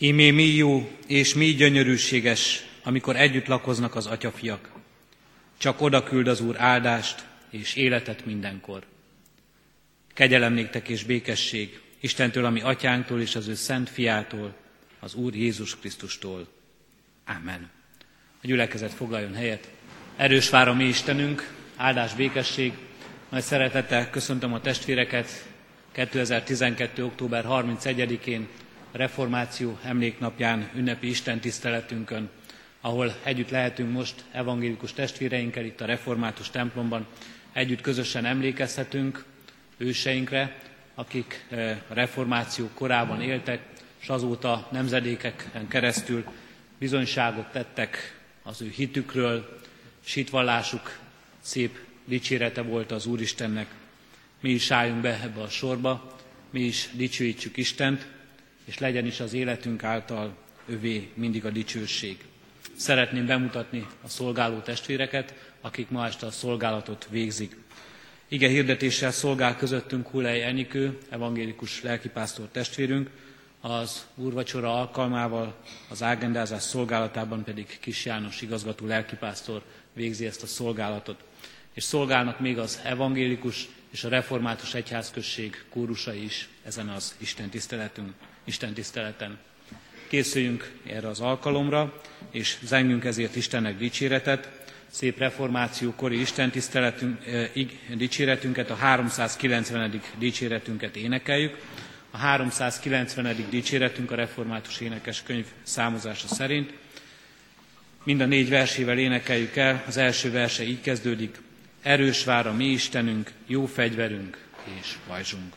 Ímé mi jó és mi gyönyörűséges, amikor együtt lakoznak az atyafiak. Csak oda küld az Úr áldást és életet mindenkor. Kegyelem néktek és békesség Istentől, ami atyánktól és az ő szent fiától, az Úr Jézus Krisztustól. Amen. A gyülekezet foglaljon helyet. Erős vár a mi Istenünk, áldás, békesség. Nagy szeretettel köszöntöm a testvéreket 2012. október 31-én, a Reformáció emléknapján, ünnepi istentiszteletünkön, ahol együtt lehetünk most evangélikus testvéreinkkel itt a református templomban, együtt közösen emlékezhetünk őseinkre, akik a reformáció korában éltek, és azóta nemzedékeken keresztül bizonyságot tettek az ő hitükről, és hitvallásuk szép dicsérete volt az Úristennek. Mi is álljunk be ebbe a sorba, mi is dicsőítsük Istent, és legyen is az életünk által övé mindig a dicsőség. Szeretném bemutatni a szolgáló testvéreket, akik ma este a szolgálatot végzik. Ige hirdetéssel szolgál közöttünk Hulej Enikő, evangélikus lelkipásztor testvérünk, az úrvacsora alkalmával, az ágendázás szolgálatában pedig Kis János igazgató lelkipásztor végzi ezt a szolgálatot. És szolgálnak még az evangélikus és a református egyházközség kórusai is ezen az istentiszteleten. Készüljünk erre az alkalomra, és zengjünk ezért Istennek dicséretet. Szép reformációkori dicséretünket, a 390. dicséretünket énekeljük. A 390. dicséretünk a református énekeskönyv számozása szerint. Mind a 4 versével énekeljük el, az első verse így kezdődik: Erős vár a mi Istenünk, jó fegyverünk és pajzsunk.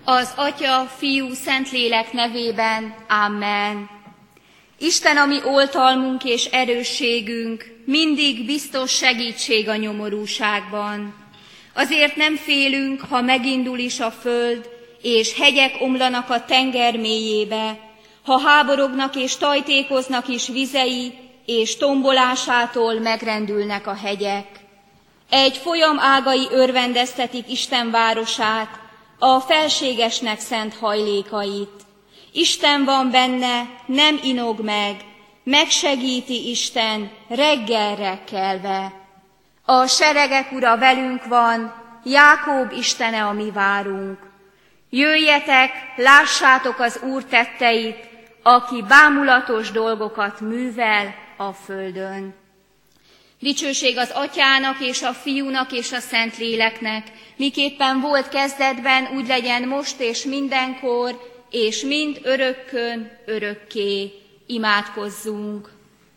Az Atya, Fiú, Szentlélek nevében. Amen. Isten, a mi oltalmunk és erősségünk, mindig biztos segítség a nyomorúságban. Azért nem félünk, ha megindul is a föld, és hegyek omlanak a tenger mélyébe, ha háborognak és tajtékoznak is vizei, és tombolásától megrendülnek a hegyek. Egy folyam ágai örvendeztetik Isten városát, a felségesnek szent hajlékait. Isten van benne, nem inog meg, megsegíti Isten reggelre kelve. A seregek ura velünk van, Jákob Istene a mi várunk. Jöjjetek, lássátok az Úr tetteit, aki bámulatos dolgokat művel a földön. Dicsőség az Atyának és a Fiúnak és a Szentléleknek, miképpen volt kezdetben, úgy legyen most és mindenkor, és mind örökkön, örökké. Imádkozzunk.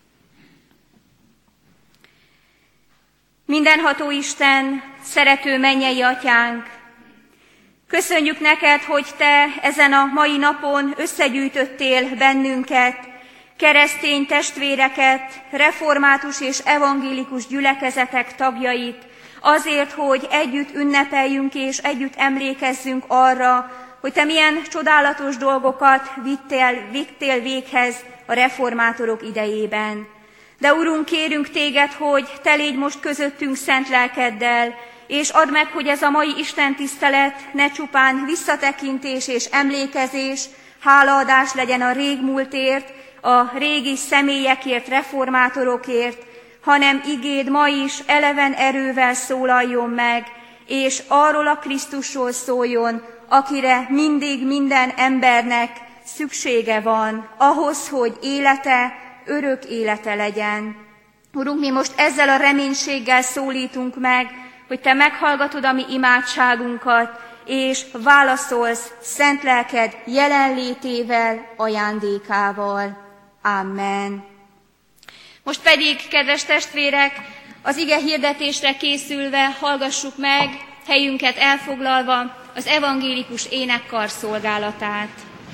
Mindenható Isten, szerető mennyei Atyánk, köszönjük neked, hogy te ezen a mai napon összegyűjtöttél bennünket, keresztény testvéreket, református és evangélikus gyülekezetek tagjait, azért, hogy együtt ünnepeljünk és együtt emlékezzünk arra, hogy te milyen csodálatos dolgokat vittél véghez a reformátorok idejében. De Urunk, kérünk téged, hogy te légy most közöttünk szent lelkeddel, és add meg, hogy ez a mai istentisztelet ne csupán visszatekintés és emlékezés, hálaadás legyen a régmúltért, a régi személyekért, reformátorokért, hanem igéd ma is eleven erővel szólaljon meg, és arról a Krisztusról szóljon, akire mindig minden embernek szüksége van, ahhoz, hogy élete, örök élete legyen. Urunk, mi most ezzel a reménységgel szólítunk meg, hogy te meghallgatod a mi imádságunkat, és válaszolsz szent lelked jelenlétével, ajándékával. Amen. Most pedig, kedves testvérek, az ige hirdetésre készülve hallgassuk meg, helyünket elfoglalva, az evangélikus énekkar szolgálatát.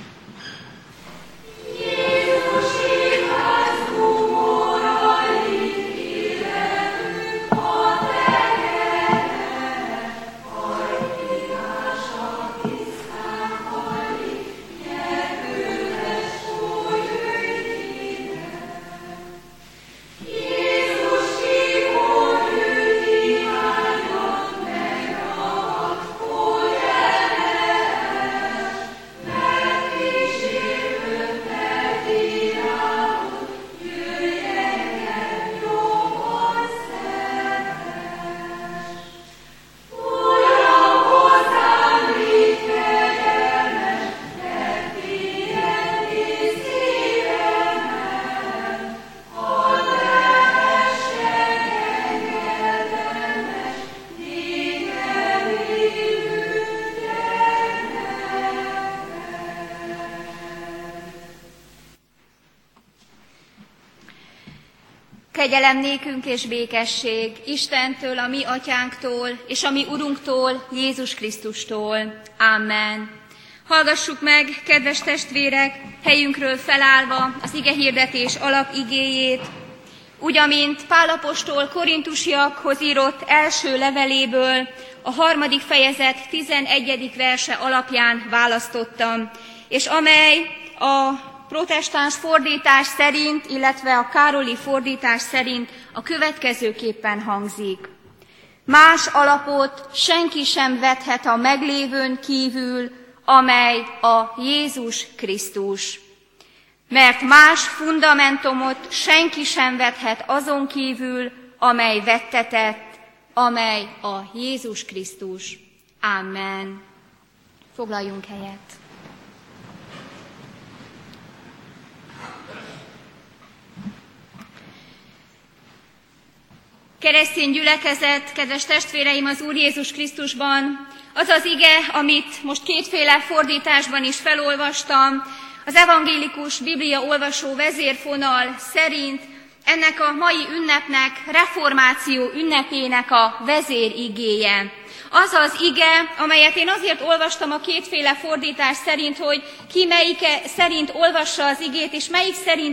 Kegyelem nékünk és békesség Istentől, a mi atyánktól, és a mi Urunktól, Jézus Krisztustól. Amen. Hallgassuk meg, kedves testvérek, helyünkről felállva az igehirdetés alapigéjét, úgy, amint Pál apostol korintusiakhoz írott első leveléből, a 3. fejezet 11. verse alapján választottam, és amely a protestáns fordítás szerint, illetve a károli fordítás szerint a következőképpen hangzik. Más alapot senki sem vethet a meglévőn kívül, amely a Jézus Krisztus. Mert más fundamentumot senki sem vethet azon kívül, amely vettetett, amely a Jézus Krisztus. Amen. Foglaljunk helyet. Keresztény gyülekezet, kedves testvéreim az Úr Jézus Krisztusban, az az ige, amit most kétféle fordításban is felolvastam, az evangélikus Biblia olvasó vezérfonal szerint ennek a mai ünnepnek, reformáció ünnepének a vezérigéje. az az ige, amelyet én azért olvastam a kétféle fordítás szerint, hogy ki melyike szerint olvassa az igét, és melyik szerint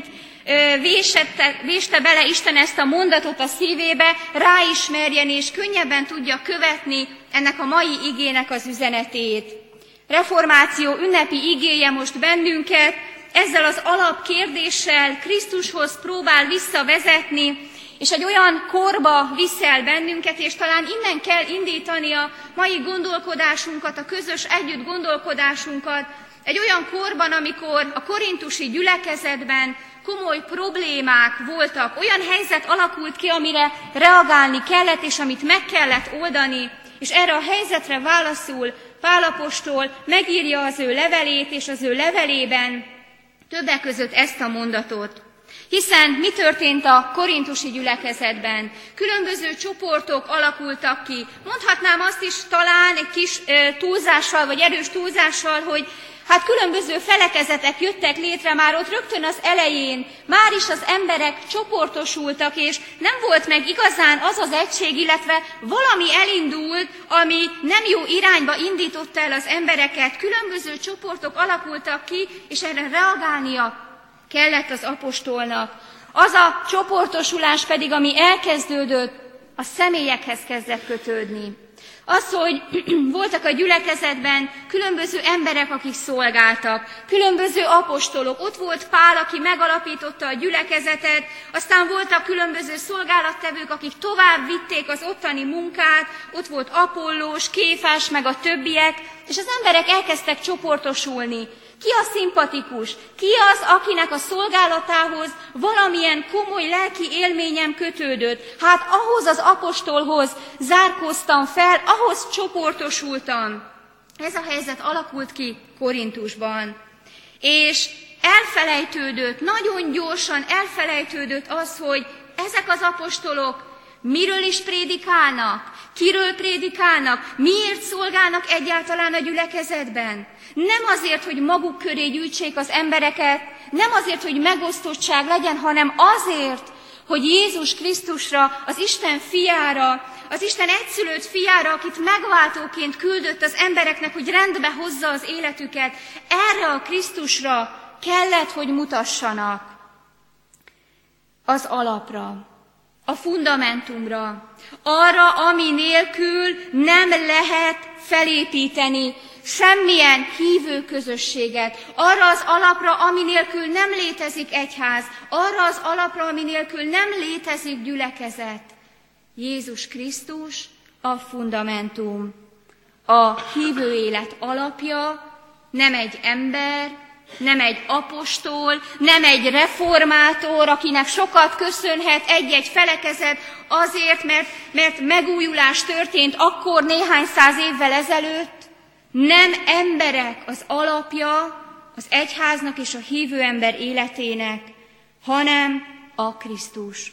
véste bele Isten ezt a mondatot a szívébe, ráismerjen és könnyebben tudja követni ennek a mai igének az üzenetét. Reformáció ünnepi igéje most bennünket ezzel az alapkérdéssel Krisztushoz próbál visszavezetni, és egy olyan korba viszel bennünket, és talán innen kell indítani a mai gondolkodásunkat, a közös együtt gondolkodásunkat, egy olyan korban, amikor a korintusi gyülekezetben komoly problémák voltak, olyan helyzet alakult ki, amire reagálni kellett, és amit meg kellett oldani, és erre a helyzetre válaszul Pál apostol megírja az ő levelét, és az ő levelében többek között ezt a mondatot. Hiszen mi történt a korintusi gyülekezetben? Különböző csoportok alakultak ki. Mondhatnám azt is talán egy kis túlzással, vagy erős túlzással, hogy hát különböző felekezetek jöttek létre már ott rögtön az elején, már is az emberek csoportosultak, és nem volt meg igazán az az egység, illetve valami elindult, ami nem jó irányba indította el az embereket. Különböző csoportok alakultak ki, és erre reagálnia kellett az apostolnak. Az a csoportosulás pedig, ami elkezdődött, a személyekhez kezdett kötődni. Az, hogy voltak a gyülekezetben különböző emberek, akik szolgáltak, különböző apostolok. Ott volt Pál, aki megalapította a gyülekezetet, aztán voltak különböző szolgálattevők, akik tovább vitték az ottani munkát, ott volt Apollós, Kéfás, meg a többiek, és az emberek elkezdtek csoportosulni. Ki a szimpatikus? Ki az, akinek a szolgálatához valamilyen komoly lelki élményem kötődött? Hát ahhoz az apostolhoz zárkóztam fel, ahhoz csoportosultam. Ez a helyzet alakult ki Korintusban. És elfelejtődött, nagyon gyorsan elfelejtődött az, hogy ezek az apostolok miről is prédikálnak, kiről prédikálnak, miért szolgálnak egyáltalán a gyülekezetben. Nem azért, hogy maguk köré gyűjtsék az embereket, nem azért, hogy megosztottság legyen, hanem azért, hogy Jézus Krisztusra, az Isten fiára, az Isten egyszülött fiára, akit megváltóként küldött az embereknek, hogy rendbe hozza az életüket, erre a Krisztusra kellett, hogy mutassanak. Az alapra, a fundamentumra, arra, ami nélkül nem lehet felépíteni semmilyen hívő közösséget, arra az alapra, ami nélkül nem létezik egyház, arra az alapra, ami nélkül nem létezik gyülekezet. Jézus Krisztus a fundamentum, a hívő élet alapja, nem egy ember, nem egy apostol, nem egy reformátor, akinek sokat köszönhet egy-egy felekezet azért, mert megújulás történt akkor néhány száz évvel ezelőtt. Nem emberek az alapja az egyháznak és a hívő ember életének, hanem a Krisztus.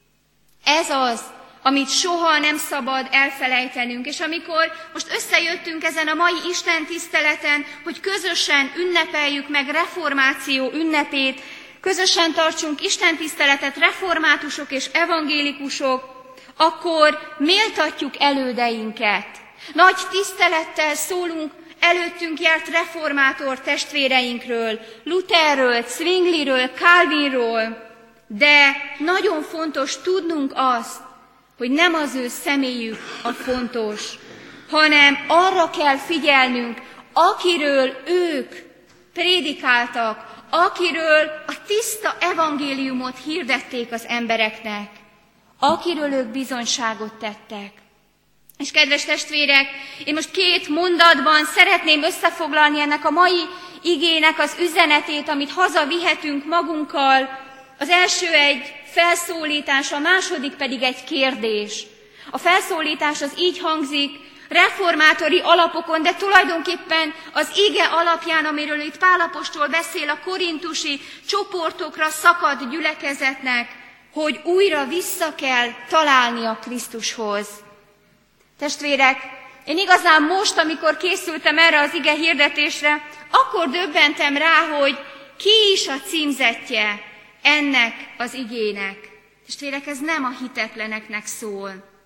Ez az, amit soha nem szabad elfelejtenünk, és amikor most összejöttünk ezen a mai Isten tiszteleten, hogy közösen ünnepeljük meg reformáció ünnepét, közösen tartsunk Isten tiszteletet reformátusok és evangélikusok, akkor méltatjuk elődeinket. Nagy tisztelettel szólunk előttünk járt reformátor testvéreinkről, Lutherről, Zwingliről, Calvinról, de nagyon fontos tudnunk azt, hogy nem az ő személyük a fontos, hanem arra kell figyelnünk, akiről ők prédikáltak, akiről a tiszta evangéliumot hirdették az embereknek, akiről ők bizonyságot tettek. És kedves testvérek, én most 2 mondatban szeretném összefoglalni ennek a mai igének az üzenetét, amit hazavihetünk magunkkal. Az első egy felszólítás, a második pedig egy kérdés. A felszólítás az így hangzik, reformátori alapokon, de tulajdonképpen az ige alapján, amiről itt Pál apostol beszél a korintusi csoportokra szakadt gyülekezetnek, hogy újra vissza kell találni a Krisztushoz. Testvérek, én igazán most, amikor készültem erre az ige hirdetésre, akkor döbbentem rá, hogy ki is a címzettje ennek az igének. Testvérek, ez nem a hitetleneknek szól.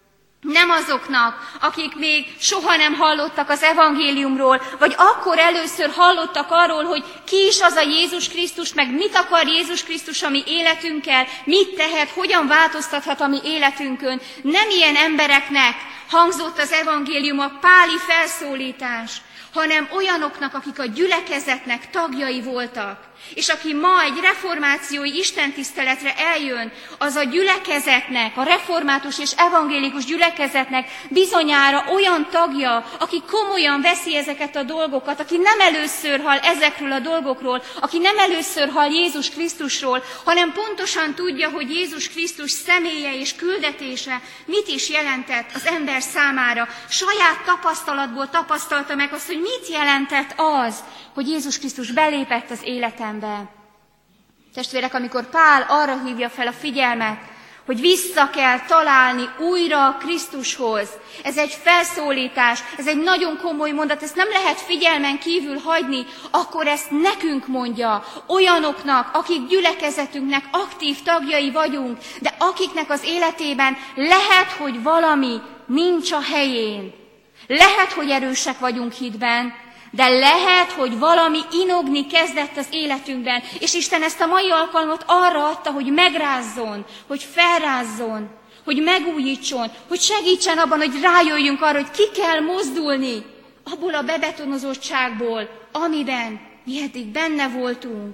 Nem azoknak, akik még soha nem hallottak az evangéliumról, vagy akkor először hallottak arról, hogy ki is az a Jézus Krisztus, meg mit akar Jézus Krisztus a mi életünkkel, mit tehet, hogyan változtathat a mi életünkön. Nem ilyen embereknek hangzott az evangélium, a páli felszólítás, hanem olyanoknak, akik a gyülekezetnek tagjai voltak. És aki ma egy reformációi istentiszteletre eljön, az a gyülekezetnek, a református és evangélikus gyülekezetnek bizonyára olyan tagja, aki komolyan veszi ezeket a dolgokat, aki nem először hall ezekről a dolgokról, aki nem először hall Jézus Krisztusról, hanem pontosan tudja, hogy Jézus Krisztus személye és küldetése mit is jelentett az ember számára. Saját tapasztalatból tapasztalta meg azt, hogy mit jelentett az, hogy Jézus Krisztus belépett az életembe. Testvérek, amikor Pál arra hívja fel a figyelmet, hogy vissza kell találni újra a Krisztushoz, ez egy felszólítás, ez egy nagyon komoly mondat, ezt nem lehet figyelmen kívül hagyni, akkor ezt nekünk mondja, olyanoknak, akik gyülekezetünknek aktív tagjai vagyunk, de akiknek az életében lehet, hogy valami nincs a helyén. Lehet, hogy erősek vagyunk hitben, de lehet, hogy valami inogni kezdett az életünkben, és Isten ezt a mai alkalmat arra adta, hogy megrázzon, hogy felrázzon, hogy megújítson, hogy segítsen abban, hogy rájöjjünk arra, hogy ki kell mozdulni abból a bebetonozottságból, amiben mi eddig benne voltunk.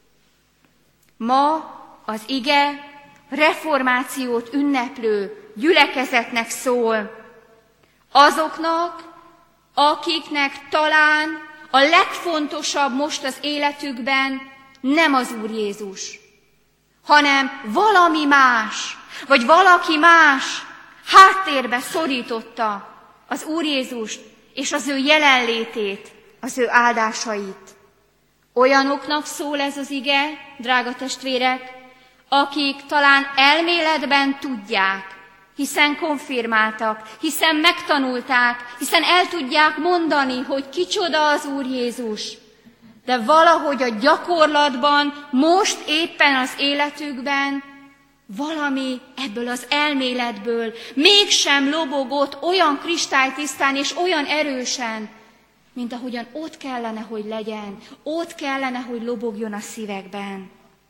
Ma az ige reformációt ünneplő gyülekezetnek szól. Azoknak, akiknek talán a legfontosabb most az életükben nem az Úr Jézus, hanem valami más, vagy valaki más háttérbe szorította az Úr Jézust és az ő jelenlétét, az ő áldásait. Olyanoknak szól ez az ige, drága testvérek, akik talán elméletben tudják, hiszen konfirmáltak, hiszen megtanulták, hiszen el tudják mondani, hogy kicsoda az Úr Jézus. De valahogy a gyakorlatban, most éppen az életükben valami ebből az elméletből mégsem lobogott olyan kristálytisztán és olyan erősen, mint ahogyan ott kellene, hogy legyen, ott kellene, hogy lobogjon a szívekben.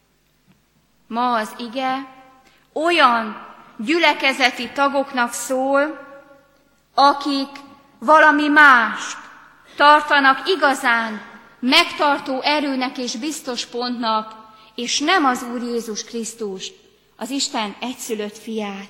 Ma az ige olyan gyülekezeti tagoknak szól, akik valami mást tartanak igazán megtartó erőnek és biztos pontnak, és nem az Úr Jézus Krisztust, az Isten egyszülött fiát.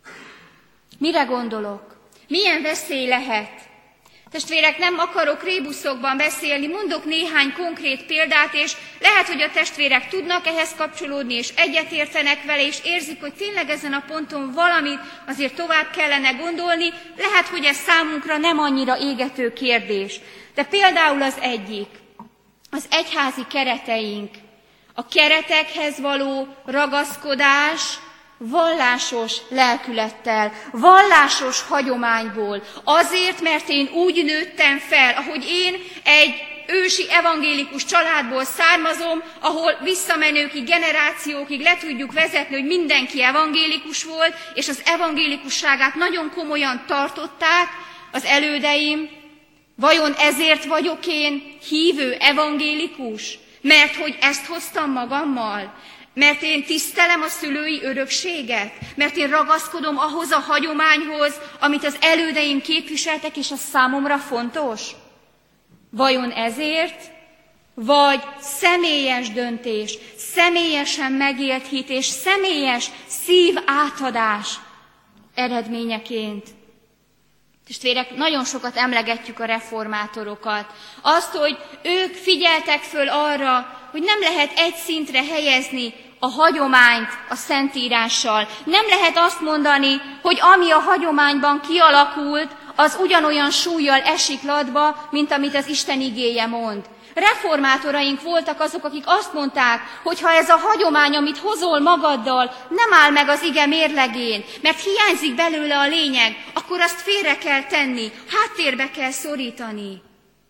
Mire gondolok? Milyen veszély lehet? Testvérek, nem akarok rébuszokban beszélni, mondok néhány konkrét példát, és lehet, hogy a testvérek tudnak ehhez kapcsolódni, és egyetértenek vele, és érzik, hogy tényleg ezen a ponton valamit azért tovább kellene gondolni, lehet, hogy ez számunkra nem annyira égető kérdés. De például az egyik, az egyházi kereteink, a keretekhez való ragaszkodás, vallásos lelkülettel, vallásos hagyományból. Azért, mert én úgy nőttem fel, ahogy én egy ősi evangélikus családból származom, ahol visszamenőkig, generációkig le tudjuk vezetni, hogy mindenki evangélikus volt, és az evangélikusságát nagyon komolyan tartották az elődeim. Vajon ezért vagyok én hívő evangélikus? Mert hogy ezt hoztam magammal? Mert én tisztelem a szülői örökséget? Mert én ragaszkodom ahhoz a hagyományhoz, amit az elődeim képviseltek, és az számomra fontos? Vajon ezért? Vagy személyes döntés, személyesen megélt hit és személyes szív átadás eredményeként? Testvérek, nagyon sokat emlegetjük a reformátorokat. Azt, hogy ők figyeltek föl arra, hogy nem lehet egy szintre helyezni a hagyományt a Szentírással. Nem lehet azt mondani, hogy ami a hagyományban kialakult, az ugyanolyan súllyal esik latba, mint amit az Isten igéje mond. Reformátoraink voltak azok, akik azt mondták, hogy ha ez a hagyomány, amit hozol magaddal, nem áll meg az ige mérlegén, mert hiányzik belőle a lényeg, akkor azt félre kell tenni, háttérbe kell szorítani.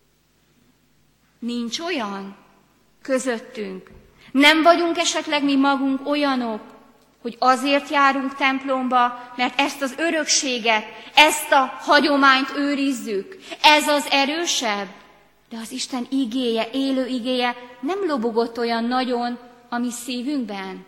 Nincs olyan közöttünk. Nem vagyunk esetleg mi magunk olyanok, hogy azért járunk templomba, mert ezt az örökséget, ezt a hagyományt őrizzük. Ez az erősebb. De az Isten igéje, élő igéje nem lobogott olyan nagyon a mi szívünkben.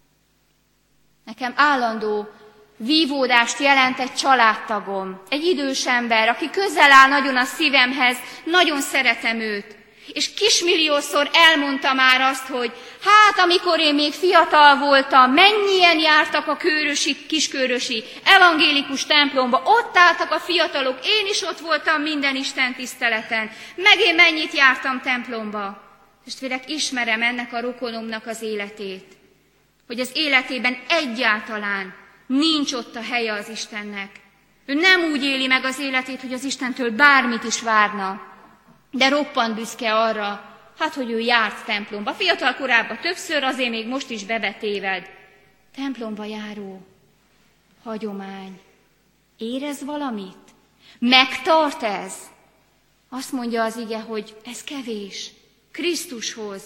Nekem állandó vívódást jelent egy családtagom, egy idős ember, aki közel áll nagyon a szívemhez, nagyon szeretem őt. És kismilliószor elmondta már azt, hogy hát amikor én még fiatal voltam, mennyien jártak a kiskörösi evangélikus templomba, ott álltak a fiatalok, én is ott voltam minden Isten tiszteleten, meg én mennyit jártam templomba. Testvérek, ismerem ennek a rokonomnak az életét, hogy az életében egyáltalán nincs ott a helye az Istennek. Ő nem úgy éli meg az életét, hogy az Istentől bármit is várna, de roppant büszke arra, hogy ő járt templomba. Fiatal korában többször, azért még most is bebetéved. Templomba járó hagyomány. Érez valamit? Megtart ez? Azt mondja az ige, hogy ez kevés. Krisztushoz.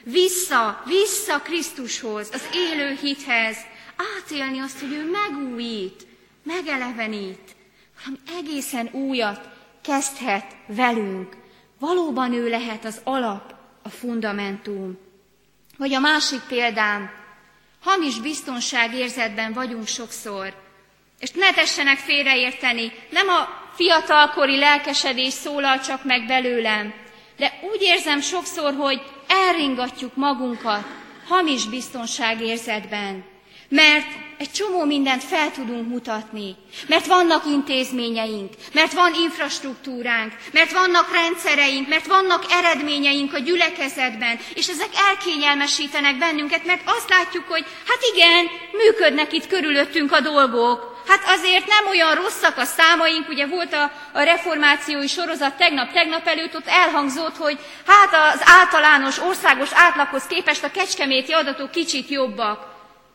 Vissza Krisztushoz, az élő hithez. Átélni azt, hogy ő megújít, megelevenít. Valami egészen újat kezdhet velünk. Valóban ő lehet az alap, a fundamentum. Vagy a másik példám, hamis biztonságérzetben vagyunk sokszor. És ne tessenek félreérteni, nem a fiatalkori lelkesedés szólal csak meg belőlem, de úgy érzem sokszor, hogy elringatjuk magunkat hamis biztonságérzetben. Mert egy csomó mindent fel tudunk mutatni, mert vannak intézményeink, mert van infrastruktúránk, mert vannak rendszereink, mert vannak eredményeink a gyülekezetben, és ezek elkényelmesítenek bennünket, mert azt látjuk, hogy hát igen, működnek itt körülöttünk a dolgok. Hát azért nem olyan rosszak a számaink, ugye volt a reformációi sorozat tegnap előtt, ott elhangzott, hogy hát az általános országos átlaghoz képest a kecskeméti adatok kicsit jobbak.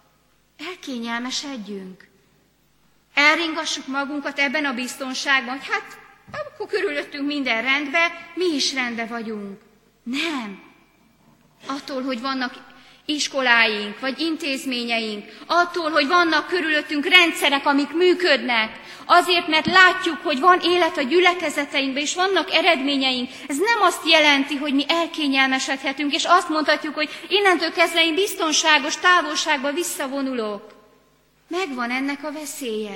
Elkényelmesedjünk. Elringassuk magunkat ebben a biztonságban, hogy hát akkor körülöttünk minden rendben, mi is rendben vagyunk. Nem. Attól, hogy vannak iskoláink, vagy intézményeink, attól, hogy vannak körülöttünk rendszerek, amik működnek, azért, mert látjuk, hogy van élet a gyülekezeteinkben, és vannak eredményeink. Ez nem azt jelenti, hogy mi elkényelmesedhetünk, és azt mondhatjuk, hogy innentől kezdve én biztonságos távolságba visszavonulok. Megvan ennek a veszélye.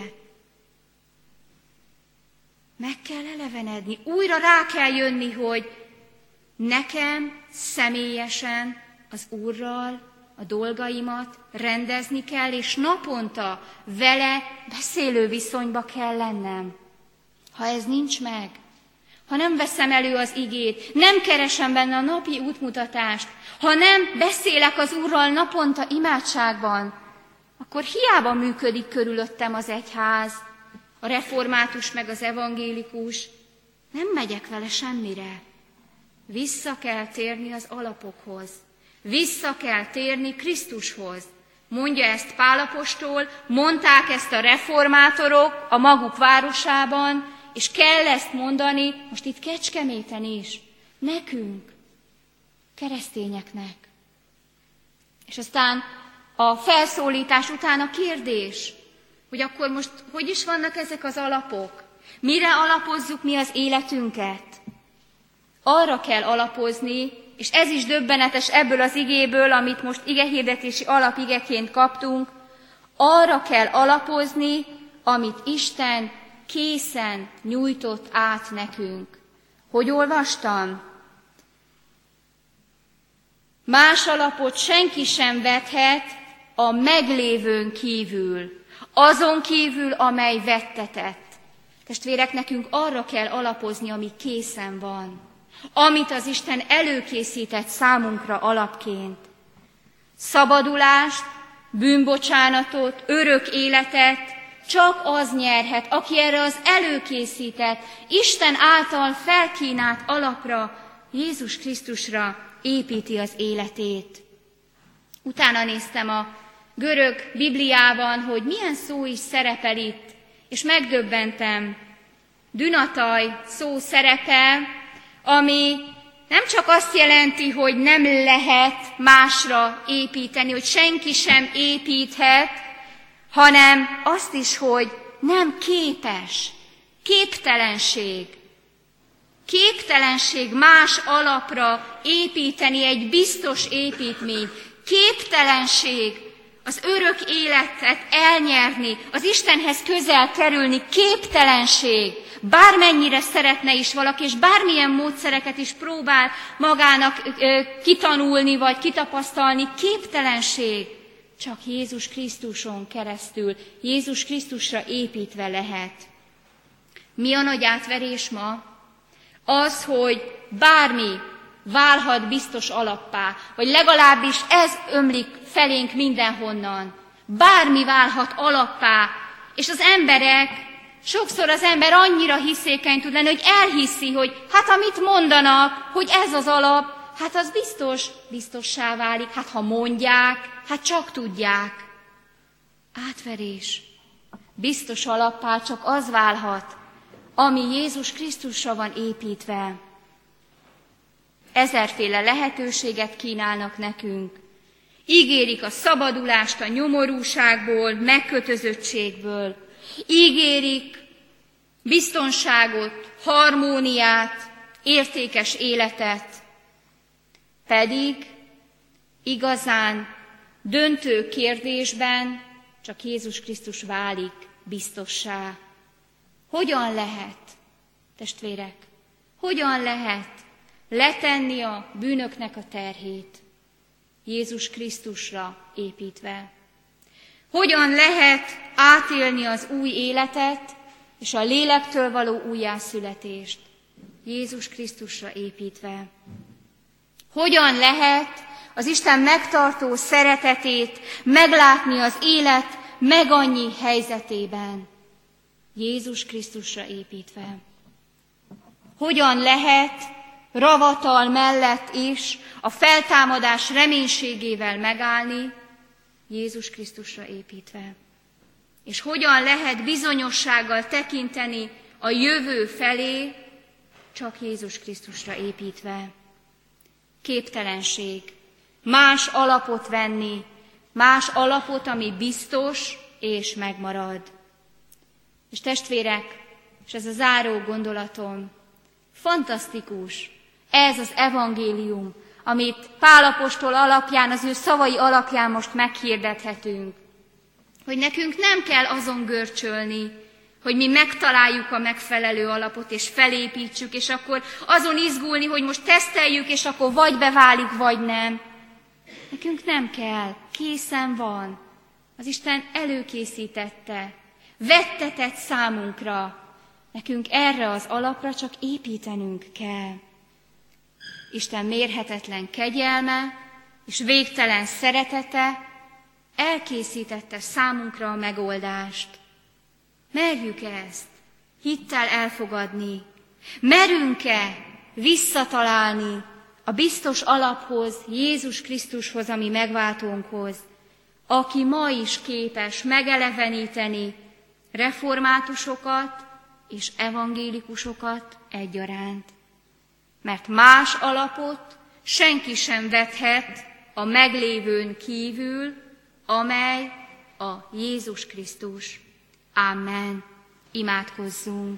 Meg kell elevenedni, újra rá kell jönni, hogy nekem személyesen az Úrral a dolgaimat rendezni kell, és naponta vele beszélő viszonyba kell lennem. Ha ez nincs meg, ha nem veszem elő az igét, nem keresem benne a napi útmutatást, ha nem beszélek az Úrral naponta imádságban, akkor hiába működik körülöttem az egyház, a református meg az evangélikus, nem megyek vele semmire. Vissza kell térni az alapokhoz. Vissza kell térni Krisztushoz. Mondja ezt Pál apostol, mondták ezt a reformátorok a maguk városában, és kell ezt mondani most itt Kecskeméten is. Nekünk, keresztényeknek. És aztán a felszólítás után a kérdés, hogy akkor most hogy is vannak ezek az alapok? Mire alapozzuk mi az életünket? Arra kell alapozni, és ez is döbbenetes ebből az igéből, amit most igehirdetési alapigeként kaptunk, arra kell alapozni, amit Isten készen nyújtott át nekünk. Hogy olvastam? Más alapot senki sem vethet a meglévőn kívül, azon kívül, amely vettetett. Testvérek, nekünk arra kell alapozni, ami készen van, amit az Isten előkészített számunkra alapként. Szabadulást, bűnbocsánatot, örök életet csak az nyerhet, aki erre az előkészített, Isten által felkínált alapra, Jézus Krisztusra építi az életét. Utána néztem a görög Bibliában, hogy milyen szó is szerepel itt, és megdöbbentem. Dünataj szó szerepel, ami nem csak azt jelenti, hogy nem lehet másra építeni, hogy senki sem építhet, hanem azt is, hogy nem képes, képtelenség. Képtelenség más alapra építeni egy biztos építményt. Képtelenség az örök életet elnyerni, az Istenhez közel kerülni. Képtelenség. Bármennyire szeretne is valaki, és bármilyen módszereket is próbál magának kitanulni, vagy kitapasztalni, képtelenség. Csak Jézus Krisztuson keresztül, Jézus Krisztusra építve lehet. Mi a nagy átverés ma? Az, hogy bármi válhat biztos alappá, vagy legalábbis ez ömlik felénk mindenhonnan. Bármi válhat alappá, és az emberek, sokszor az ember annyira hiszékeny tud lenni, hogy elhiszi, hogy hát amit mondanak, hogy ez az alap, hát az biztossá válik, hát ha mondják, hát csak tudják. Átverés. Biztos alappá csak az válhat, ami Jézus Krisztusra van építve. Ezerféle lehetőséget kínálnak nekünk. Ígérik a szabadulást a nyomorúságból, megkötözöttségből. Ígérik biztonságot, harmóniát, értékes életet. Pedig igazán döntő kérdésben csak Jézus Krisztus válik biztossá. Hogyan lehet, testvérek, hogyan lehet letenni a bűnöknek a terhét Jézus Krisztusra építve? Hogyan lehet átélni az új életet és a lélektől való újjászületést Jézus Krisztusra építve? Hogyan lehet az Isten megtartó szeretetét meglátni az élet megannyi helyzetében Jézus Krisztusra építve? Hogyan lehet ravatal mellett is a feltámadás reménységével megállni Jézus Krisztusra építve? És hogyan lehet bizonyossággal tekinteni a jövő felé csak Jézus Krisztusra építve? Képtelenség. Más alapot venni, más alapot, ami biztos és megmarad. És testvérek, és ez a záró gondolatom, fantasztikus ez az evangélium, amit Pál apostol alapján, az ő szavai alapján most meghirdethetünk. Hogy nekünk nem kell azon görcsölni, hogy mi megtaláljuk a megfelelő alapot, és felépítsük, és akkor azon izgulni, hogy most teszteljük, és akkor vagy beválik, vagy nem. Nekünk nem kell, készen van. Az Isten előkészítette, vettetett számunkra. Nekünk erre az alapra csak építenünk kell. Isten mérhetetlen kegyelme és végtelen szeretete elkészítette számunkra a megoldást. Merjük ezt hittel elfogadni? Merünk-e visszatalálni a biztos alaphoz, Jézus Krisztushoz, ami megváltónkhoz, aki ma is képes megeleveníteni reformátusokat és evangélikusokat egyaránt? Mert más alapot senki sem vethet a meglévőn kívül, amely a Jézus Krisztus. Amen. Imádkozzunk.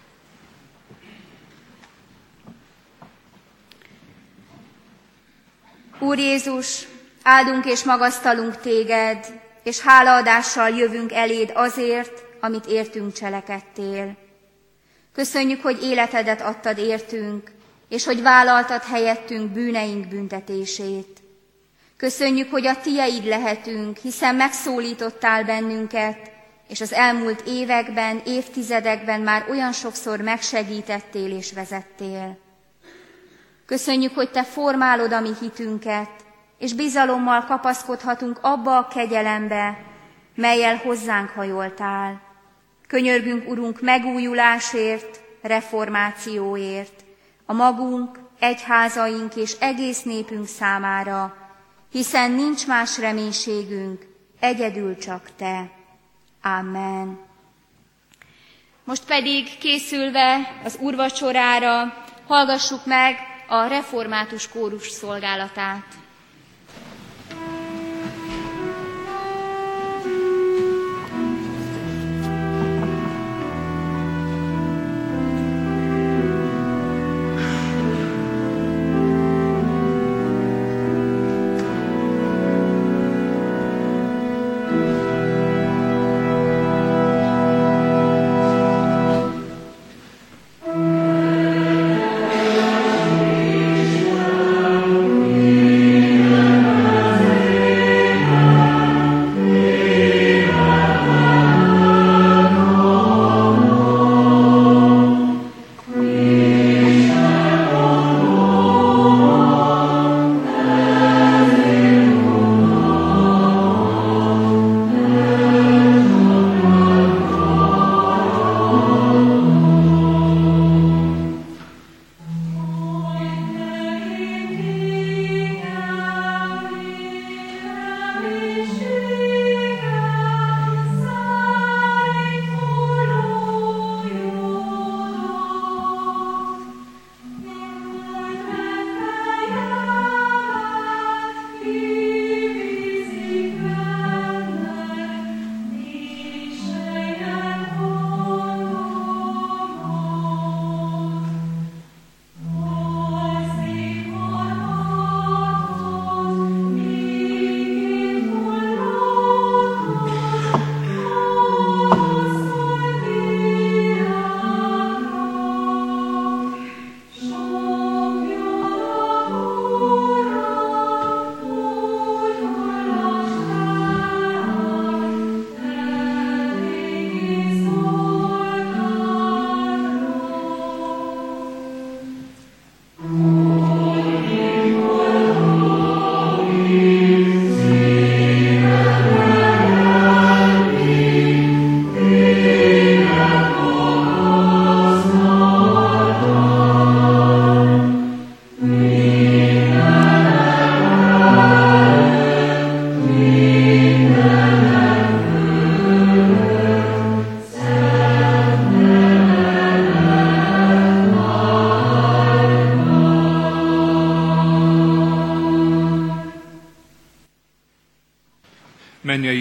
Úr Jézus, áldunk és magasztalunk téged, és hálaadással jövünk eléd azért, amit értünk cselekedtél. Köszönjük, hogy életedet adtad értünk, és hogy vállaltad helyettünk bűneink büntetését. Köszönjük, hogy a tieid lehetünk, hiszen megszólítottál bennünket, és az elmúlt években, évtizedekben már olyan sokszor megsegítettél és vezettél. Köszönjük, hogy te formálod a mi hitünket, és bizalommal kapaszkodhatunk abba a kegyelembe, mellyel hozzánk hajoltál. Könyörgünk, Urunk, megújulásért, reformációért, a magunk, egyházaink és egész népünk számára, hiszen nincs más reménységünk, egyedül csak te. Amen. Most pedig készülve az úrvacsorára hallgassuk meg a református kórus szolgálatát.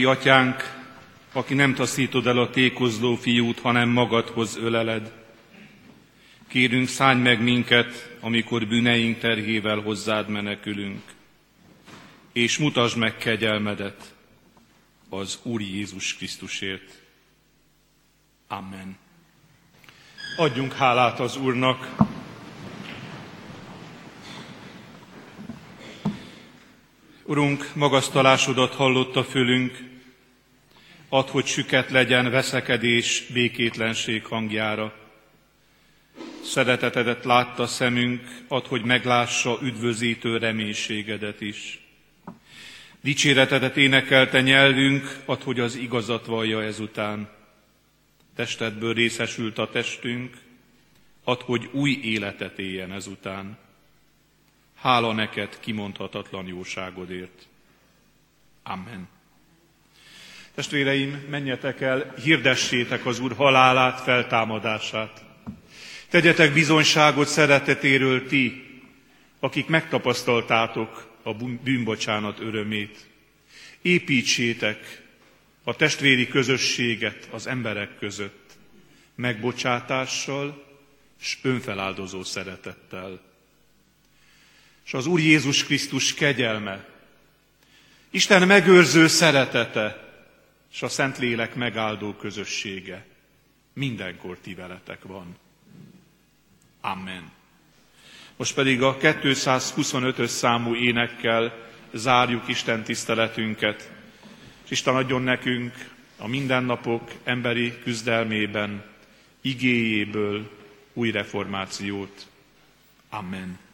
Atyánk, aki nem taszítod el a tékozló fiút, hanem magadhoz öleled. Kérünk, szállj meg minket, amikor bűneink terhével hozzád menekülünk, és mutasd meg kegyelmedet az Úr Jézus Krisztusért. Amen. Adjunk hálát az Úrnak. Urunk, magasztalásodat hallotta fölünk, add, hogy süket legyen veszekedés, békétlenség hangjára. Szeretetedet látta szemünk, add, hogy meglássa üdvözítő reménységedet is. Dicséretedet énekelte nyelvünk, add, hogy az igazat vallja ezután. Testedből részesült a testünk, add, hogy új életet éljen ezután. Hála neked kimondhatatlan jóságodért. Amen. Testvéreim, menjetek el, hirdessétek az Úr halálát, feltámadását. Tegyetek bizonyságot szeretetéről ti, akik megtapasztaltátok a bűnbocsánat örömét. Építsétek a testvéri közösséget az emberek között, megbocsátással és önfeláldozó szeretettel. És az Úr Jézus Krisztus kegyelme, Isten megőrző szeretete, és a Szentlélek megáldó közössége mindenkor ti veletek van. Amen. Most pedig a 225-ös számú énekkel zárjuk Isten tiszteletünket, és Isten adjon nekünk a mindennapok emberi küzdelmében, igéjéből új reformációt. Amen.